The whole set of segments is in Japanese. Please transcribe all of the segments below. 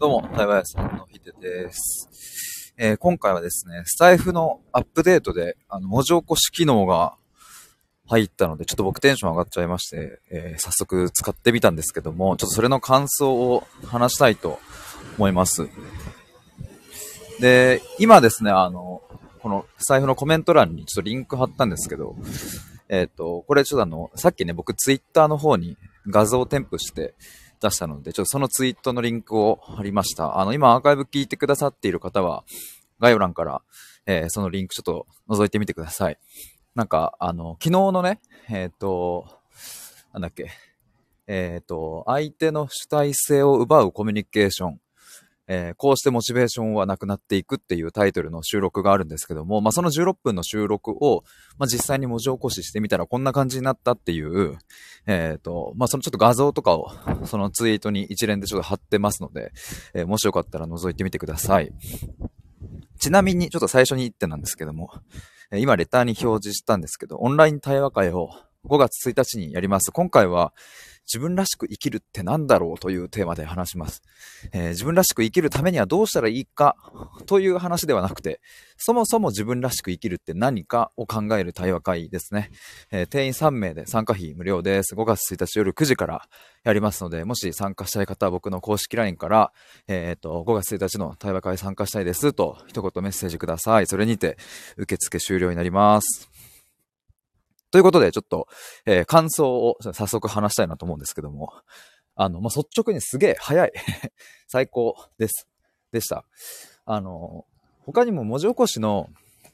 どうも、対話屋さんのひでです。今回はですね、スタイフのアップデートで、文字起こし機能が入ったので、ちょっと僕テンション上がっちゃいまして、早速使ってみたんですけども、ちょっとそれの感想を話したいと思います。で、今ですね、このスタイフのコメント欄にちょっとリンク貼ったんですけど、これちょっとさっきね、僕ツイッターの方に画像を添付して出したので、ちょっとそのツイートのリンクを貼りました。今アーカイブ聞いてくださっている方は、概要欄から、そのリンクちょっと覗いてみてください。なんか、昨日のね、なんだっけ、相手の主体性を奪うコミュニケーション、こうしてモチベーションはなくなっていくっていうタイトルの収録があるんですけども、その16分の収録を、実際に文字起こししてみたらこんな感じになったっていう、そのちょっと画像とかを、そのツイートに一連でちょっと貼ってますので、もしよかったら覗いてみてください。ちなみに、ちょっと最初に1点なんですけども、今レターに表示したんですけど、オンライン対話会を5月1日にやります。今回は、自分らしく生きるって何だろうというテーマで話します。自分らしく生きるためにはどうしたらいいかという話ではなくて、そもそも自分らしく生きるって何かを考える対話会ですね。定員3名で参加費無料です。5月1日夜9時からやりますので、もし参加したい方は僕の公式 LINE から、5月1日の対話会参加したいですと一言メッセージください。それにて受付終了になります。ということで、ちょっと、感想を早速話したいなと思うんですけども、率直にすげえ早い。最高です。でした。他にも文字起こしの、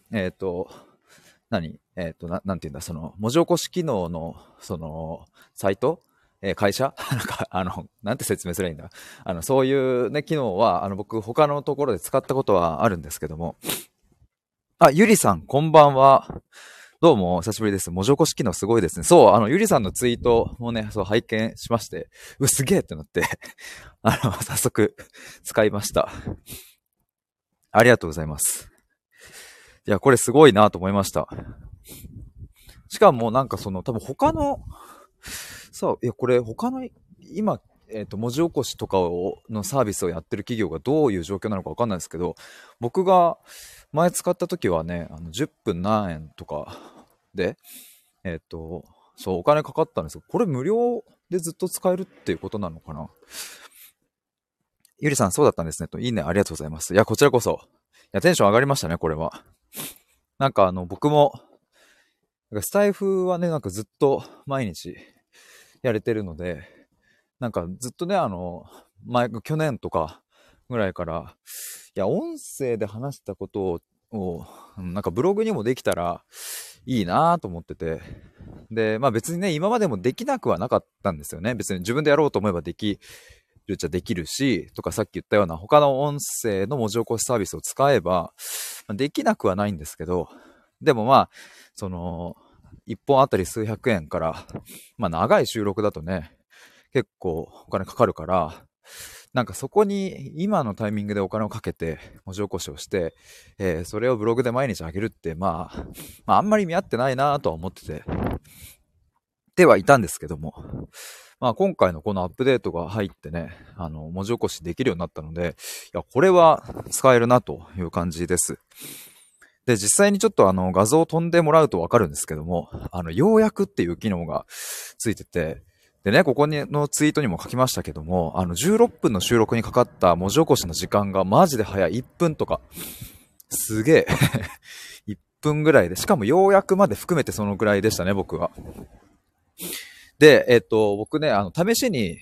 なんて言うんだ、その、文字起こし機能の、その、サイト会社なんか、なんて説明すればいいんだ。そういうね、機能は、僕、他のところで使ったことはあるんですけども、ゆりさん、こんばんは。どうも、久しぶりです。文字起こし機能すごいですね。そう、ゆりさんのツイートもね、そう、拝見しまして、すげえってなって早速、使いました。ありがとうございます。いや、これすごいなと思いました。しかも、なんかその、多分他の、これ他の、今、文字起こしとかのサービスをやってる企業がどういう状況なのかわかんないですけど、僕が前使った時はね、10分何円とかで、そう、お金かかったんですけど、これ無料でずっと使えるっていうことなのかな。ゆりさん、そうだったんですね。いいね、ありがとうございます。いや、こちらこそ。いや、テンション上がりましたね、これは。なんか僕も、スタイフはね、なんかずっと毎日やれてるので、なんかずっとね、去年とかぐらいから、いや、音声で話したことを、なんかブログにもできたらいいなと思ってて、で、別にね、今までもできなくはなかったんですよね。別に自分でやろうと思えばできるっちゃできるし、とかさっき言ったような他の音声の文字起こしサービスを使えば、できなくはないんですけど、でもその、一本あたり数百円から、長い収録だとね、結構お金かかるから、なんかそこに今のタイミングでお金をかけて文字起こしをして、それをブログで毎日上げるって、あんまり見合ってないなとは思ってて、ではいたんですけども、今回のこのアップデートが入ってね、文字起こしできるようになったので、いや、これは使えるなという感じです。で、実際にちょっと画像を飛んでもらうとわかるんですけども、要約っていう機能がついてて、でね、ここのツイートにも書きましたけども、16分の収録にかかった文字起こしの時間がマジで早い。1分とか。すげえ。1分ぐらいで、しかも要約まで含めてそのぐらいでしたね、僕は。で、僕ね、試しに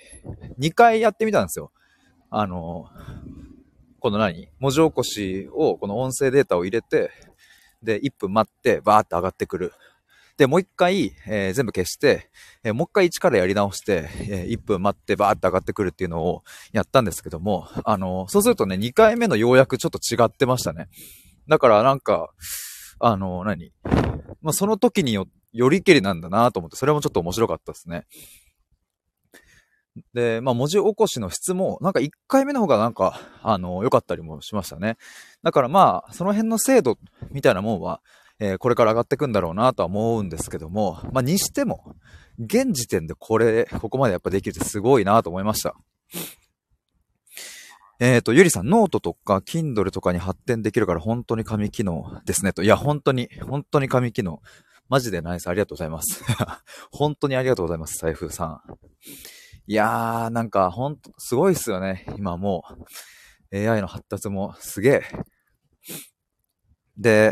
2回やってみたんですよ。この文字起こしを、この音声データを入れて、で、1分待って、バーって上がってくる。で、もう一回、全部消して、もう一回一からやり直して、1分待ってバーって上がってくるっていうのをやったんですけども、そうするとね、2回目の要約ちょっと違ってましたね。だからなんか、その時によりけりなんだなと思って、それもちょっと面白かったですね。で、文字起こしの質も、なんか1回目の方がなんか、良かったりもしましたね。だからその辺の精度みたいなもんは、これから上がっていくんだろうなとは思うんですけども、にしても、現時点でここまでやっぱできるってすごいなと思いました。 ゆりさん、ノートとか、Kindle とかに発展できるから本当に神機能ですねと。いや、本当に神機能。マジでナイス。ありがとうございます。本当にありがとうございます、財布さん。いやー、なんか、すごいっすよね。今もう、AI の発達もすげえ。で、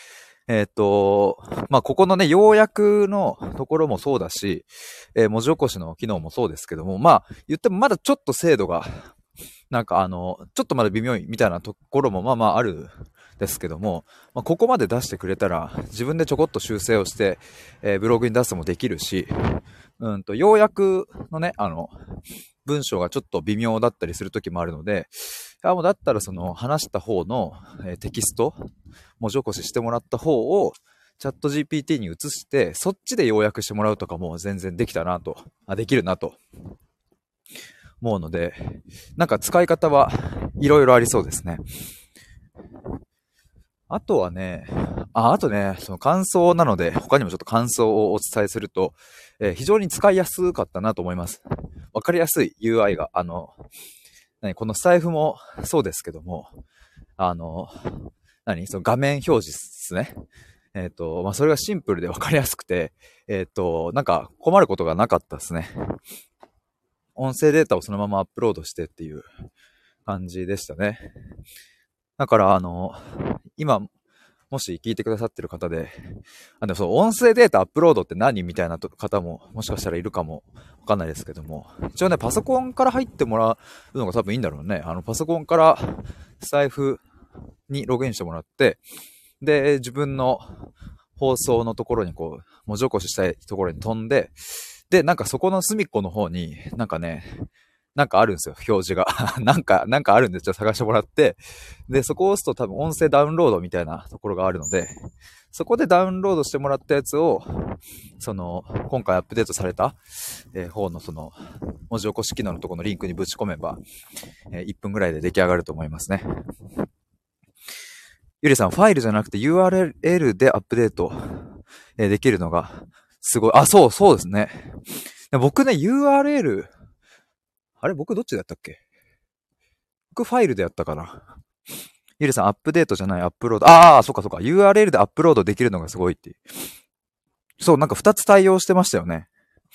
まあ、ここのね、要約のところもそうだし、文字起こしの機能もそうですけども、まあ、言ってもまだちょっと精度がなんかちょっとまだ微妙いみたいなところもまあまああるですけども、まあ、ここまで出してくれたら自分でちょこっと修正をして、ブログに出すもできるし、要約のね、文章がちょっと微妙だったりする時もあるので、もうだったらその話した方の、テキスト、文字起こししてもらった方をチャット GPT に移して、そっちで要約してもらうとかも全然できたなと、できるなと思うので、なんか使い方はいろいろありそうですね。あとはね、あとね、その感想なので、他にもちょっと感想をお伝えすると、非常に使いやすかったなと思います。わかりやすい UI が、このスタイフもそうですけども、あの、その画面表示ですね。まあ、それがシンプルでわかりやすくて、なんか困ることがなかったですね。音声データをそのままアップロードしてっていう感じでしたね。だから、今、もし聞いてくださってる方で、でもその音声データアップロードって何みたいな方ももしかしたらいるかもわかんないですけども、一応ね、パソコンから入ってもらうのが多分いいんだろうね。パソコンから財布にログインしてもらって、で、自分の放送のところにこう、文字起こししたいところに飛んで、で、なんかそこの隅っこの方に、なんかね、なんかあるんですよ、表示が。なんかあるんで、ちょっと探してもらって、で、そこを押すと多分音声ダウンロードみたいなところがあるので、そこでダウンロードしてもらったやつを、その、今回アップデートされた、方のその、文字起こし機能のところのリンクにぶち込めば、1分ぐらいで出来上がると思いますね。ゆりさん、ファイルじゃなくて URL でアップデート、できるのが、すごい。そうですね。僕ね、URL、あれ僕どっちだったっけ？僕ファイルでやったかな。ゆりさん、アップデートじゃない、アップロード。そっかそっか。URL でアップロードできるのがすごいっていう。そう、なんか2つ対応してましたよね。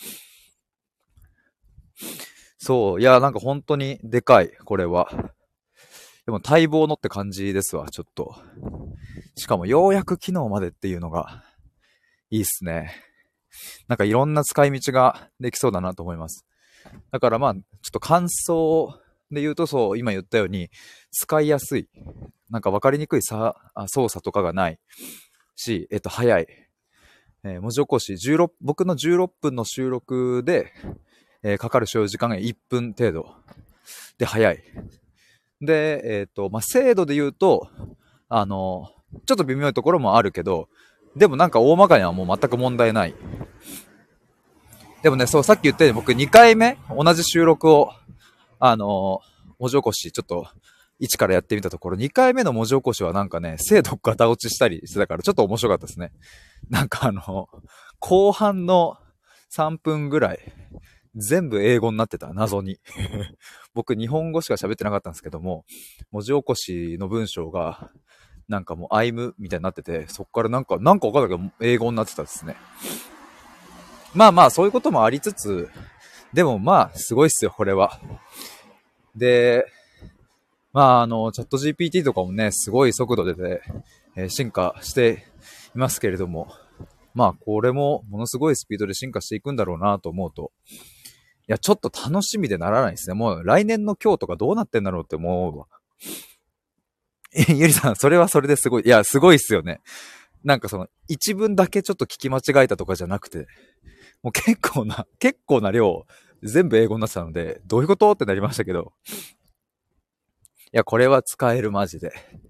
そう、いや、なんか本当にでかい、これは。でも待望のって感じですわ、ちょっと。しかも、ようやく機能までっていうのが、いいっすね。なんかいろんな使い道ができそうだなと思います。だからまあ、ちょっと感想で言うとそう、今言ったように、使いやすい。なんか分かりにくい操作とかがないし、早い。文字起こし僕の16分の収録で、かかる所要時間が1分程度。で、早い。で、まあ、精度で言うと、ちょっと微妙なところもあるけど、でもなんか大まかにはもう全く問題ない。でもね、そう、さっき言ったように僕2回目、同じ収録を、文字起こし、ちょっと、一からやってみたところ、2回目の文字起こしはなんかね、精度ガタ落ちしたりしてたから、ちょっと面白かったですね。なんか後半の3分ぐらい、全部英語になってた、謎に。僕、日本語しか喋ってなかったんですけども、文字起こしの文章が、なんかもう、アイムみたいになってて、そっからなんかわかんないけど、英語になってたですね。まあまあ、そういうこともありつつ、でもまあ、すごいっすよ、これは。で、まあ、チャット GPT とかもね、すごい速度で、進化していますけれども、まあ、これもものすごいスピードで進化していくんだろうなと思うと、いや、ちょっと楽しみでならないですね。もう来年の今日とかどうなってんだろうって思うわ。ゆりさん、それはそれですごい。いや、すごいっすよね。なんかその、一文だけちょっと聞き間違えたとかじゃなくて、もう結構な量、全部英語になってたので、どういうことってなりましたけど、いや、これは使えるマジで。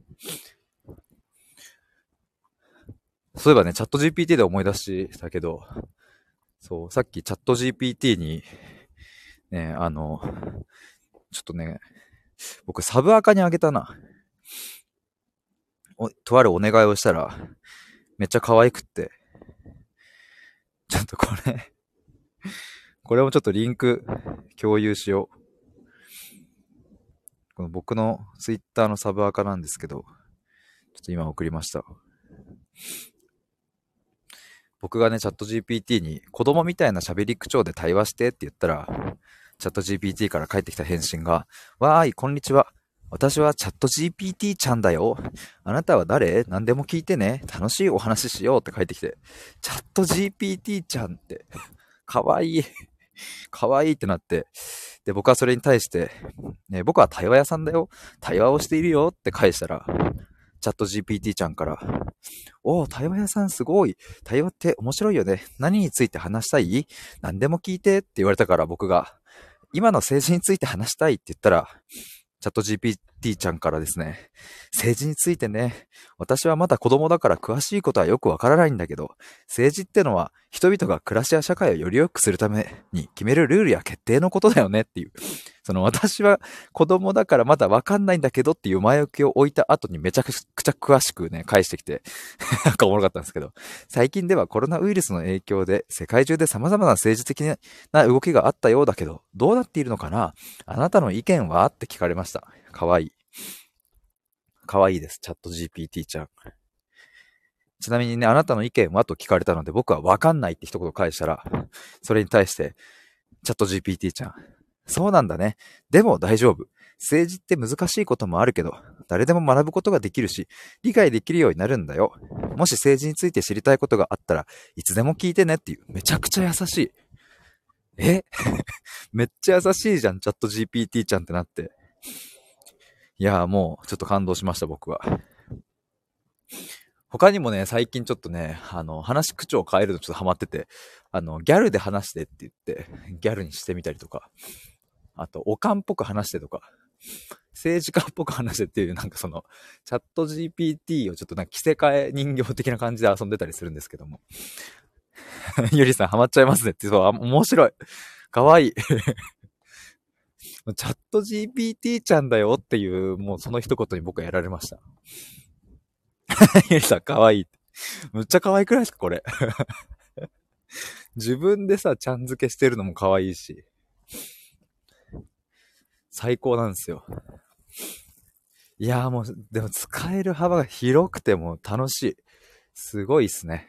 そういえばね、チャット GPT で思い出したけど、そう、さっきチャット GPT に、ね、ちょっとね、僕サブアカにあげたな。とあるお願いをしたら、めっちゃ可愛くって、ちょっとこれもちょっとリンク共有しよう。 この僕のツイッターのサブアカなんですけど、ちょっと今送りました。僕がね、チャット GPT に子供みたいな喋り口調で対話してって言ったら、チャット GPT から返ってきた返信が、わーい、こんにちは。私はチャット GPT ちゃんだよ。あなたは誰？何でも聞いてね。楽しいお話ししようって返ってきて、チャット GPT ちゃんって、かわいい。かわいいってなって、で、僕はそれに対して、ね、僕は対話屋さんだよ。対話をしているよって返したら、チャット GPT ちゃんから、おー、対話屋さんすごい。対話って面白いよね。何について話したい？何でも聞いてって言われたから僕が、今の政治について話したいって言ったら、チャット GPT ちゃんからですね、政治についてね、私はまだ子供だから詳しいことはよくわからないんだけど、政治ってのは人々が暮らしや社会をより良くするために決めるルールや決定のことだよねっていう。その私は子供だからまだわかんないんだけどっていう前置きを置いた後にめちゃくちゃ詳しくね、返してきて、なんかおもろかったんですけど、最近ではコロナウイルスの影響で世界中で様々な政治的な動きがあったようだけど、どうなっているのかな？あなたの意見はって聞かれました。かわいい。かわいいです。チャット GPT ちゃん。ちなみにね、あなたの意見はと聞かれたので、僕はわかんないって一言返したら、それに対して、チャット GPT ちゃん。そうなんだね。でも大丈夫。政治って難しいこともあるけど、誰でも学ぶことができるし、理解できるようになるんだよ。もし政治について知りたいことがあったらいつでも聞いてねっていう、めちゃくちゃ優しい。えめっちゃ優しいじゃん、チャット GPT ちゃんってなって。いやーもう、ちょっと感動しました、僕は。他にもね、最近ちょっとね、話し口調を変えるのちょっとハマってて、ギャルで話してって言って、ギャルにしてみたりとか、あと、おかんっぽく話してとか、政治家っぽく話してっていう、なんかその、チャット GPT をちょっとなんか着せ替え人形的な感じで遊んでたりするんですけども。ゆりさんハマっちゃいますねって、そう、面白い。かわいい。チャット GPT ちゃんだよっていう、もうその一言に僕はやられました。ゆりさんかわいい。むっちゃ可愛くないですかこれ。自分でさ、ちゃん付けしてるのも可愛いし、最高なんですよ。いやーもう、でも使える幅が広くても楽しい。すごいっすね。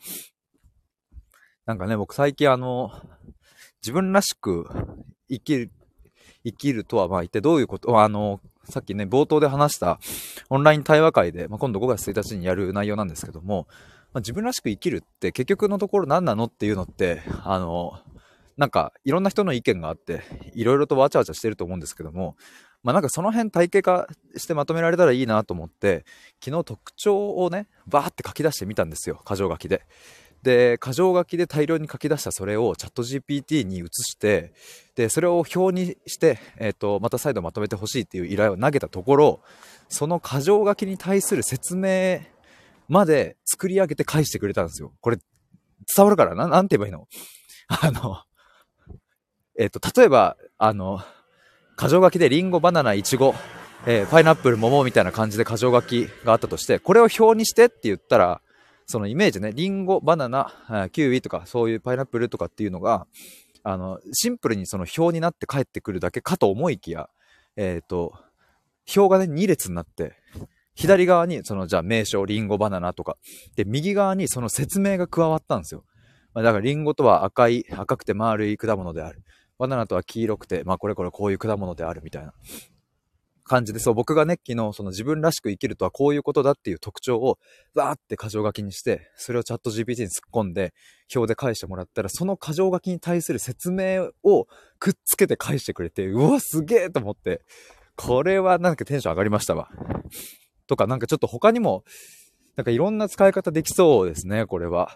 なんかね、僕最近自分らしく生きる、生きるとはまあ一体どういうこと、さっきね、冒頭で話したオンライン対話会で、まあ、今度5月1日にやる内容なんですけども、まあ、自分らしく生きるって結局のところ何なのっていうのって、なんかいろんな人の意見があって、いろいろとわちゃわちゃしてると思うんですけども、まあなんかその辺体系化してまとめられたらいいなと思って、昨日特徴をね、バーって書き出してみたんですよ、箇条書きで。で、箇条書きで大量に書き出したそれをチャット GPT に移して、で、それを表にして、また再度まとめてほしいっていう依頼を投げたところ、その箇条書きに対する説明まで作り上げて返してくれたんですよ。これ、伝わるからなんて言えばいいの？あの、例えば、箇条書きでリンゴ、バナナ、イチゴ、パイナップル、桃みたいな感じで箇条書きがあったとして、これを表にしてって言ったら、そのイメージね、リンゴ、バナナ、キウイとか、そういうパイナップルとかっていうのが、シンプルにその表になって返ってくるだけかと思いきや、表がね、2列になって、左側にそのじゃあ名称、リンゴ、バナナとか、で、右側にその説明が加わったんですよ。だからリンゴとは赤くて丸い果物である。バナナとは黄色くて、まあこれこういう果物であるみたいな感じで、そう僕がね、昨日その自分らしく生きるとはこういうことだっていう特徴をわーって箇条書きにして、それをチャット GPT に突っ込んで、表で返してもらったら、その箇条書きに対する説明をくっつけて返してくれて、うわ、すげえと思って、これはなんかテンション上がりましたわ。とか、なんかちょっと他にも、なんかいろんな使い方できそうですね、これは。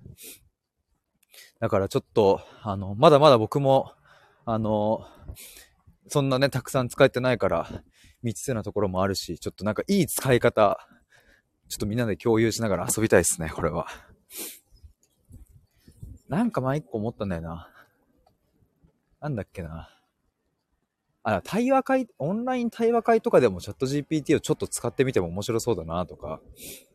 だからちょっと、まだまだ僕も、そんなね、たくさん使えてないから、未知数なところもあるし、ちょっとなんかいい使い方、ちょっとみんなで共有しながら遊びたいですね、これは。なんか一個思ったんだよな。なんだっけな。対話会、オンライン対話会とかでもチャット GPT をちょっと使ってみても面白そうだなとか、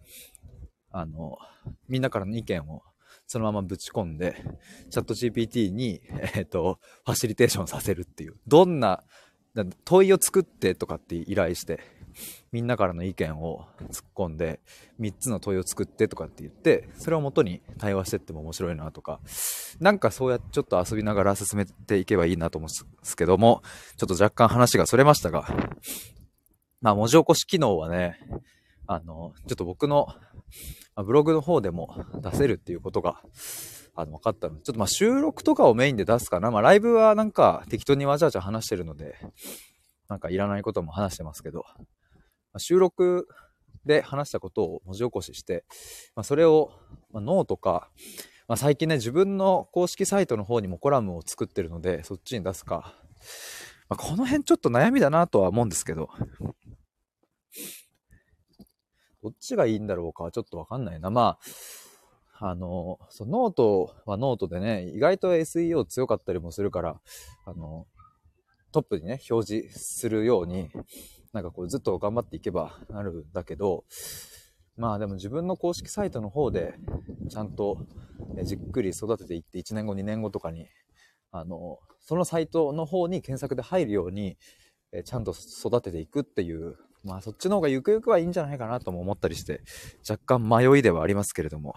みんなからの意見をそのままぶち込んで、チャット GPT に、ファシリテーションさせるっていう。どんな、 問いを作ってとかって依頼して、みんなからの意見を突っ込んで、3つの問いを作ってとかって言って、それを元に対話してっても面白いなとか、なんかそうやってちょっと遊びながら進めていけばいいなと思うんですけども、ちょっと若干話がそれましたが、まあ文字起こし機能はね、ちょっと僕のブログの方でも出せるっていうことが、分かったので、ちょっとまあ収録とかをメインで出すかな。まあライブはなんか適当にわちゃわちゃ話してるので、なんかいらないことも話してますけど、収録で話したことを文字起こしして、それを、ノートか、最近ね、自分の公式サイトの方にもコラムを作ってるので、そっちに出すか。この辺ちょっと悩みだなとは思うんですけど、どっちがいいんだろうかちょっとわかんないな。ノートはノートでね、意外と SEO 強かったりもするから、トップにね、表示するように、なんかこうずっと頑張っていけばなるんだけど、まあでも自分の公式サイトの方で、ちゃんとじっくり育てていって、1年後、2年後とかに、そのサイトの方に検索で入るように、ちゃんと育てていくっていう、まあそっちの方がゆくゆくはいいんじゃないかなとも思ったりして、若干迷いではありますけれども。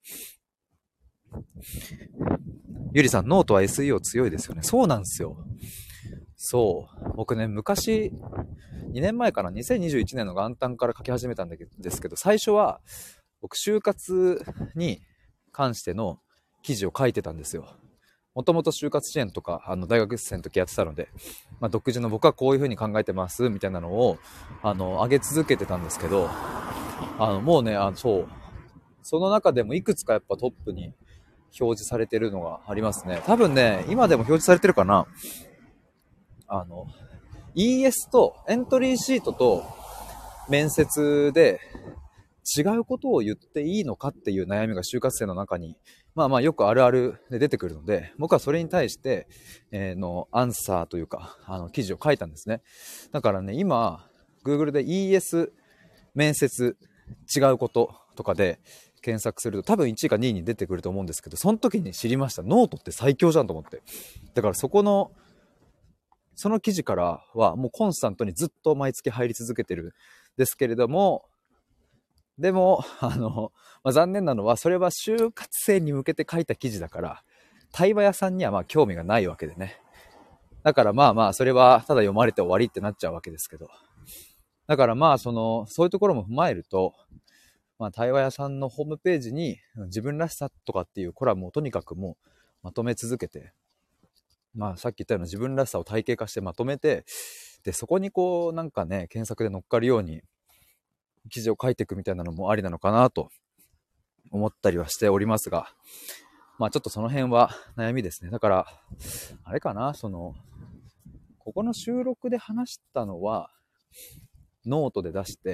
ゆりさん、ノートは SEO 強いですよね。そうなんですよ。そう。僕ね、昔、2年前かな、2021年の元旦から書き始めたんですけど、最初は、僕、就活に関しての記事を書いてたんですよ。もともと就活支援とか、大学生の時やってたので、独自の僕はこういう風に考えてます、みたいなのを、上げ続けてたんですけど、もうね、そう。その中でもいくつかやっぱトップに表示されてるのがありますね。多分ね、今でも表示されてるかな。ES とエントリーシートと面接で違うことを言っていいのかっていう悩みが就活生の中によくあるあるで出てくるので、僕はそれに対して、アンサーというか記事を書いたんですね。だからね、今 Google で ES 面接違うこととかで検索すると多分1位か2位に出てくると思うんですけど、その時に知りました。ノートって最強じゃんと思って。だからその記事からはもうコンスタントにずっと毎月入り続けてるんですけれども、でも、残念なのは、それは就活生に向けて書いた記事だから、対話屋さんには興味がないわけでね。だからそれはただ読まれて終わりってなっちゃうわけですけど。だからそういうところも踏まえると、対話屋さんのホームページに自分らしさとかっていうコラムをとにかくもうまとめ続けて、さっき言ったような自分らしさを体系化してまとめて、で、そこにこう、なんかね、検索で乗っかるように、記事を書いていくみたいなのもありなのかなと思ったりはしておりますが、ちょっとその辺は悩みですね。だから、あれかな、ここの収録で話したのは、ノートで出して、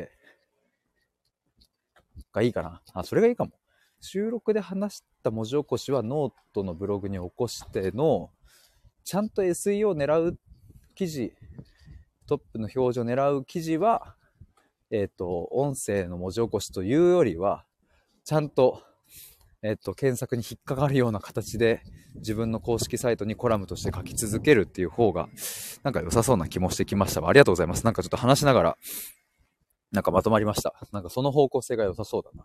がいいかな。それがいいかも。収録で話した文字起こしはノートのブログに起こしての、ちゃんと SEO を狙う記事、トップの表示を狙う記事は、音声の文字起こしというよりは、ちゃんと、検索に引っかかるような形で、自分の公式サイトにコラムとして書き続けるっていう方が、なんか良さそうな気もしてきましたわ。ありがとうございます。なんかちょっと話しながら、なんかまとまりました。なんかその方向性が良さそうだな。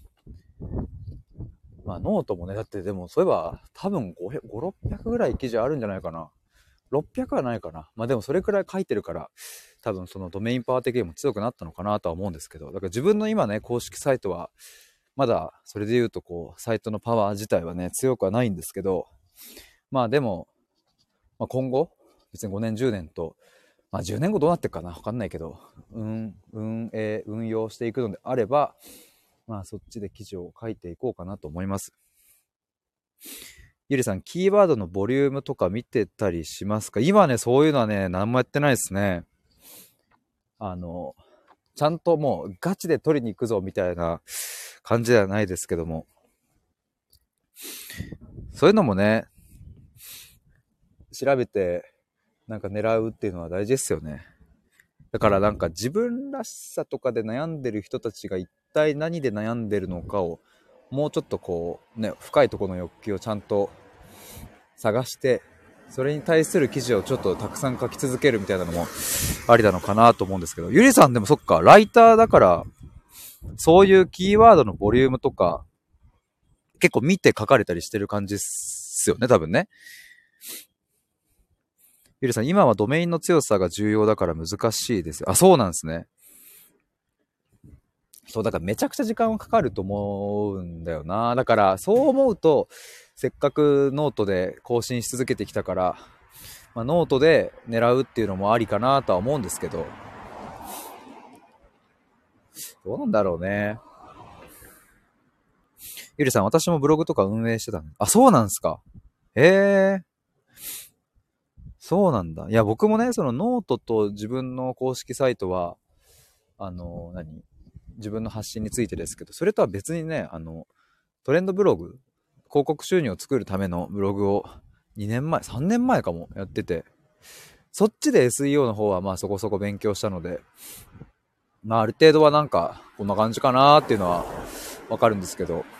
ノートもね、だってでもそういえば多分500、600ぐらい記事あるんじゃないかな。600はないかな。でもそれくらい書いてるから、多分そのドメインパワー的にも強くなったのかなとは思うんですけど、だから自分の今ね、公式サイトは、まだそれで言うとこう、サイトのパワー自体はね、強くはないんですけど、でも、今後、別に5年、10年と、10年後どうなってるかなわかんないけど、運用していくのであれば、そっちで記事を書いていこうかなと思います。ゆりさん、キーワードのボリュームとか見てたりしますか？今ね、そういうのはね、何もやってないですね。ちゃんともうガチで取りに行くぞみたいな感じではないですけども。そういうのもね、調べてなんか狙うっていうのは大事ですよね。だからなんか自分らしさとかで悩んでる人たちが一体何で悩んでるのかをもうちょっとこうね、深いところの欲求をちゃんと探してそれに対する記事をちょっとたくさん書き続けるみたいなのもありなのかなと思うんですけど、ゆりさんでもそっか、ライターだから、そういうキーワードのボリュームとか、結構見て書かれたりしてる感じっすよね、多分ね。ゆりさん、今はドメインの強さが重要だから難しいですよ。あ、そうなんですね。そう、だからめちゃくちゃ時間はかかると思うんだよな。だから、そう思うと、せっかくノートで更新し続けてきたから、まあ、ノートで狙うっていうのもありかなとは思うんですけど、どうなんだろうね。ゆりさん、私もブログとか運営してたの。あ、そうなんですか。へえ、そうなんだ。いや、僕もね、そのノートと自分の公式サイトは、自分の発信についてですけど、それとは別にね、トレンドブログ、広告収入を作るためのブログを2年前、3年前かもやってて、そっちで SEO の方はまあそこそこ勉強したので、まあある程度はなんかこんな感じかなーっていうのはわかるんですけど、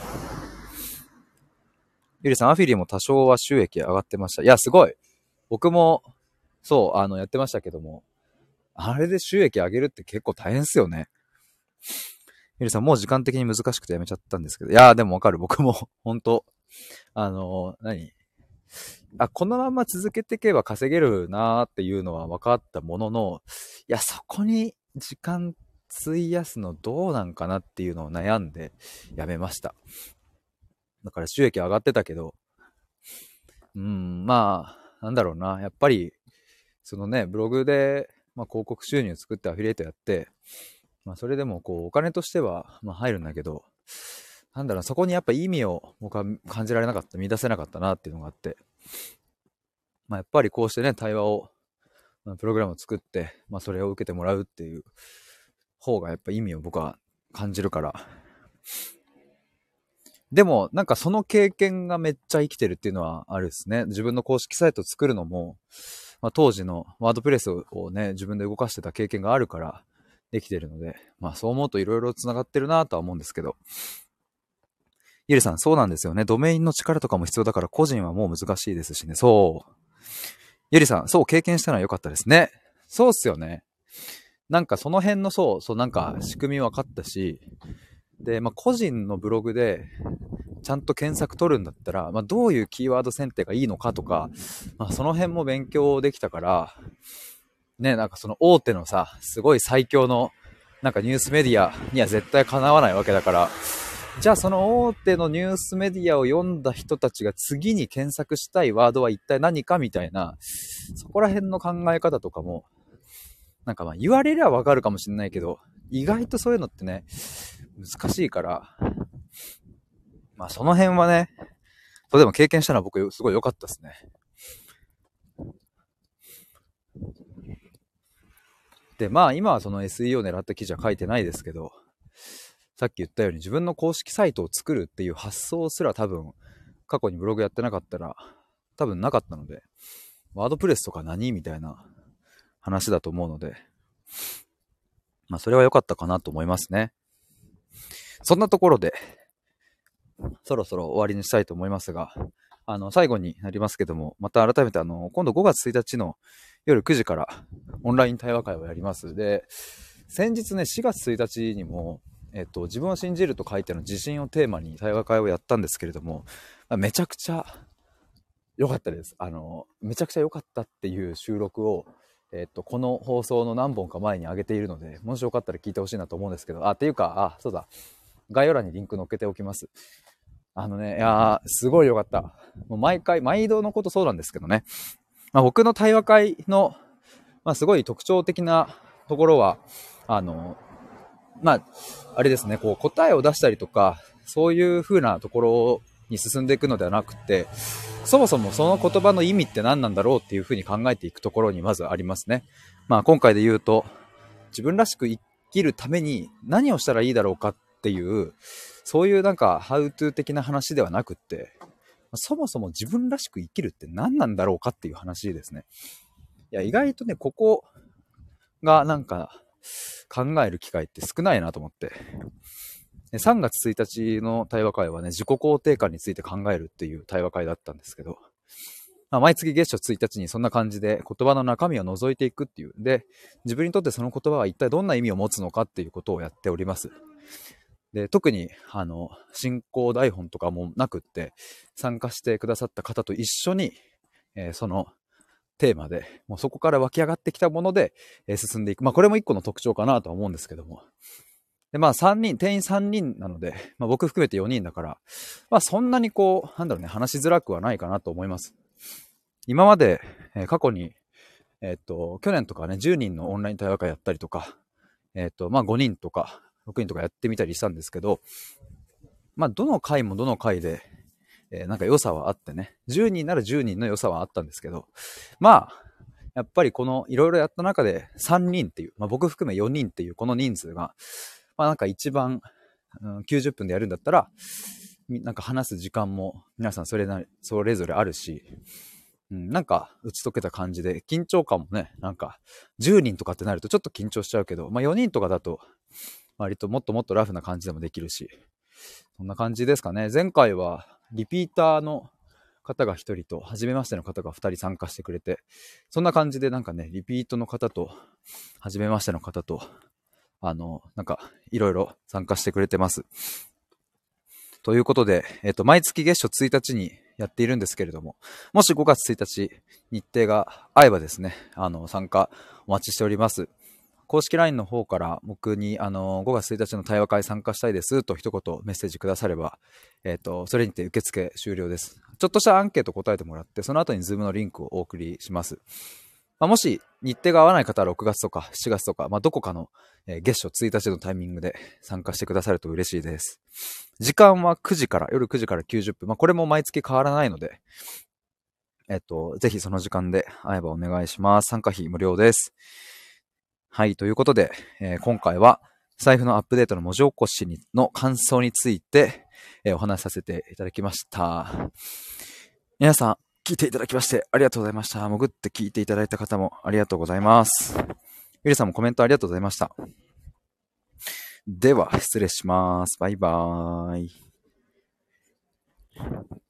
ゆりさん、アフィリも多少は収益上がってました。いや、すごい。僕も、そう、やってましたけども、あれで収益上げるって結構大変っすよね。ゆりさん、もう時間的に難しくてやめちゃったんですけど、いやーでもわかる。僕も、本当何このまま続けていけば稼げるなーっていうのは分かったものの、いや、そこに時間費やすのどうなんかなっていうのを悩んでやめました。だから収益上がってたけど、まあ、なんだろうな。やっぱり、そのね、ブログで、まあ、広告収入作ってアフィリエイトやって、まあ、それでもこう、お金としては、まあ、入るんだけど、なんだろう、そこにやっぱ意味を僕は感じられなかった、見出せなかったなっていうのがあって、まあ、やっぱりこうしてね、対話を、まあプログラムを作って、まあ、それを受けてもらうっていう方がやっぱ意味を僕は感じるから。でも、なんかその経験がめっちゃ生きてるっていうのはあるですね。自分の公式サイトを作るのも、まあ、当時のワードプレスをね、自分で動かしてた経験があるからできてるので、まあそう思うといろいろ繋がってるなとは思うんですけど。ゆりさん、そうなんですよね。ドメインの力とかも必要だから個人はもう難しいですしね。そう。ゆりさん、そう経験したのは良かったですね。そうっすよね。なんかその辺のなんか仕組み分かったし、で、まあ個人のブログでちゃんと検索取るんだったら、まあどういうキーワード選定がいいのかとか、まあその辺も勉強できたから、ね、なんかその大手のさ、すごい最強のなんかニュースメディアには絶対かなわないわけだから、じゃあその大手のニュースメディアを読んだ人たちが次に検索したいワードは一体何かみたいな、そこら辺の考え方とかも、なんかまあ言われりゃわかるかもしれないけど、意外とそういうのってね、難しいから、まあその辺はね、それでも経験したのは僕すごい良かったですね。で、まあ今はその SEO を狙った記事は書いてないですけど、さっき言ったように自分の公式サイトを作るっていう発想すら多分過去にブログやってなかったら多分なかったので、ワードプレスとか何みたいな話だと思うので、まあそれは良かったかなと思いますね。そんなところで、そろそろ終わりにしたいと思いますが、最後になりますけども、また改めて今度5月1日の夜9時からオンライン対話会をやります。で、先日ね、4月1日にも、自分を信じると書いての自信をテーマに対話会をやったんですけれども、めちゃくちゃ良かったです。めちゃくちゃ良かったっていう収録を、この放送の何本か前に上げているので、もしよかったら聞いてほしいなと思うんですけど、っていうか、そうだ、概要欄にリンク載っけておきます。いやー、すごい良かった。もう毎度のことそうなんですけどね。まあ、僕の対話会の、まあ、すごい特徴的なところは、まあ、あれですね、こう答えを出したりとか、そういう風なところに進んでいくのではなくて、そもそもその言葉の意味って何なんだろうっていう風に考えていくところにまずありますね。まあ今回で言うと、自分らしく生きるために何をしたらいいだろうかっていう、そういうなんか、ハウトゥー的な話ではなくって、そもそも自分らしく生きるって何なんだろうかっていう話ですね。いや、意外とね、ここがなんか、考える機会って少ないなと思って。3月1日の対話会はね、自己肯定感について考えるっていう対話会だったんですけど、 まあ、毎月月初1日にそんな感じで言葉の中身を覗いていくっていう。で、自分にとってその言葉は一体どんな意味を持つのかっていうことをやっております。で、特に、進行台本とかもなくって、参加してくださった方と一緒に、そのテーマで、もうそこから湧き上がってきたもので、進んでいく。まあ、これも一個の特徴かなとは思うんですけども。で、まあ、3人、定員3人なので、まあ、僕含めて4人だから、まあ、そんなにこう、なんだろうね、話しづらくはないかなと思います。今まで、過去に、去年とかね、10人のオンライン対話会やったりとか、まあ、5人とか、6人とかやってみたりしたんですけど、まあ、どの回もどの回で、なんか良さはあってね、10人なら10人の良さはあったんですけど、まあ、やっぱりこのいろいろやった中で3人っていう、まあ、僕含め4人っていうこの人数が、まあなんか一番、90分でやるんだったら、なんか話す時間も皆さんそれぞれあるし、なんか打ち解けた感じで、緊張感もね、なんか10人とかってなるとちょっと緊張しちゃうけど、まあ4人とかだと、割ともっともっとラフな感じでもできるし、そんな感じですかね。前回はリピーターの方が1人と、初めましての方が2人参加してくれて、そんな感じでなんかね、リピートの方と、初めましての方と、なんか、いろいろ参加してくれてます。ということで、毎月月初1日にやっているんですけれども、もし5月1日日程が合えばですね、参加お待ちしております。公式 LINE の方から僕に5月1日の対話会参加したいですと一言メッセージくだされば、それにて受付終了です。ちょっとしたアンケート答えてもらって、その後に Zoom のリンクをお送りします。まあ、もし日程が合わない方は6月とか7月とか、まあ、どこかの月初1日のタイミングで参加してくださると嬉しいです。時間は夜9時から90分。まあ、これも毎月変わらないので、ぜひその時間で会えばお願いします。参加費無料です。はい、ということで、今回は財布のアップデートの文字起こしの感想について、お話しさせていただきました。皆さん、聞いていただきましてありがとうございました。潜って聞いていただいた方もありがとうございます。ゆりさんもコメントありがとうございました。では、失礼します。バイバーイ。